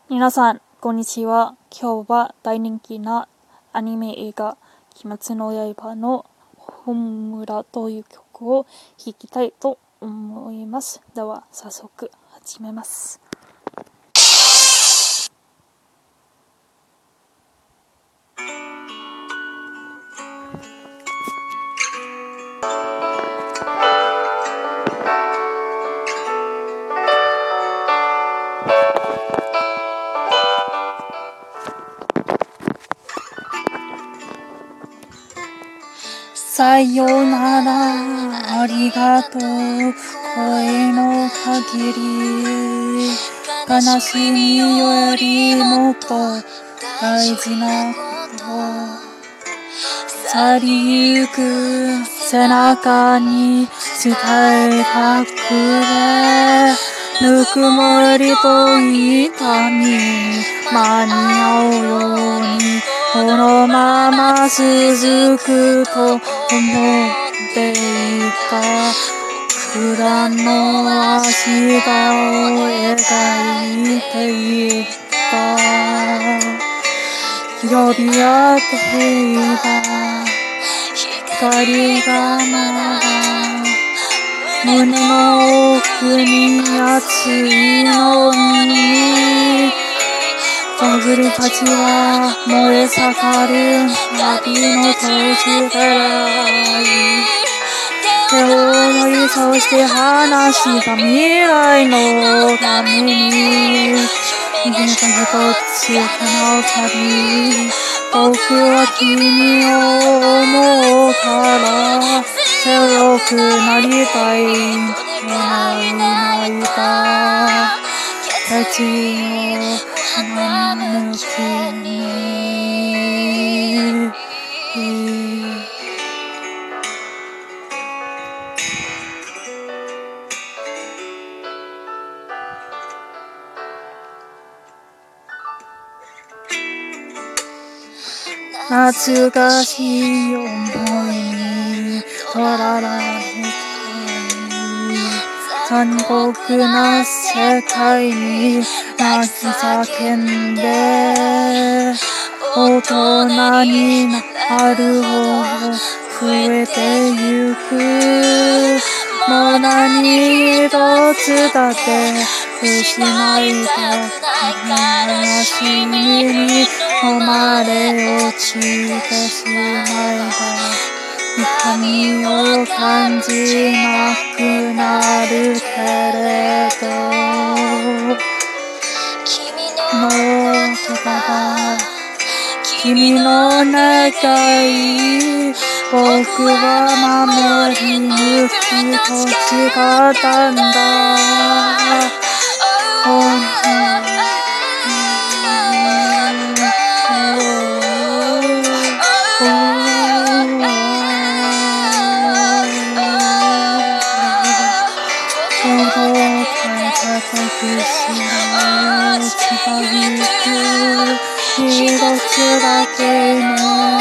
皆さん、こんにちは。今日は大人気なアニメ映画、鬼滅の刃の本村という曲を弾きたいと思います。では、早速始めます。さよなら、ありがとう、声の限り。悲しみよりもっと大事なこと。去りゆく背中に伝えたくて、ぬくもりと痛みに間に合うように、このまま続くと思っていた。普段の足場を描いていた。呼び合っていた光がまだ胸の奥に熱いのに、こぐりたちは燃え盛る旅の途中から手を思いそして話した未来のために、逃げた一つ叶う旅、僕は君を思うから強くなりたい願いだ。血を貫きに懐かしい思いにとらわれた残酷な世界に泣き叫んで、大人になるほど増えてゆく。もう何一つだって失いたくない悲しみに飲まれ落ちてしまえば、痛みを感じなくなるけれど、の言葉、君の願い、僕は守り抜くと誓ったんだ。一つだけの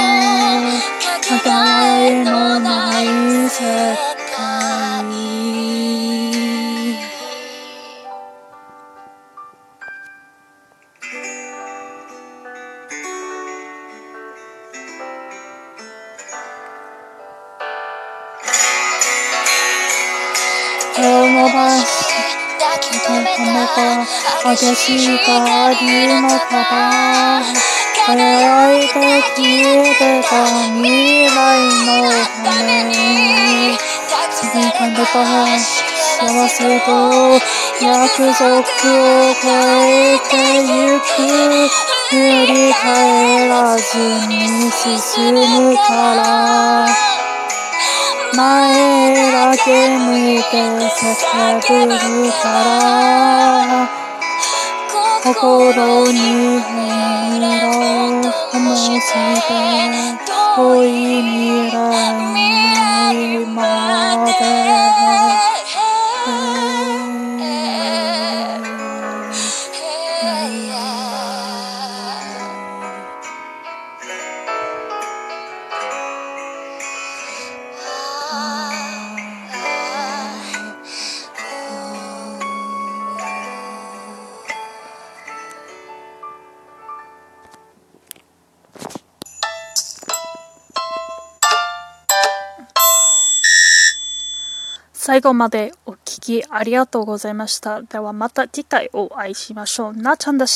互いのない世界。手を伸ばし激しい光の束、輝いて消えてた未来のため、次かけた幸せと約束を超えてゆく。振り返らずに進むから、前だけ向いて叫ぶから、心に本村を灯して遠い未来まで。 最後までお聞きありがとうございました。ではまた次回お会いしましょう。なっちゃんでした。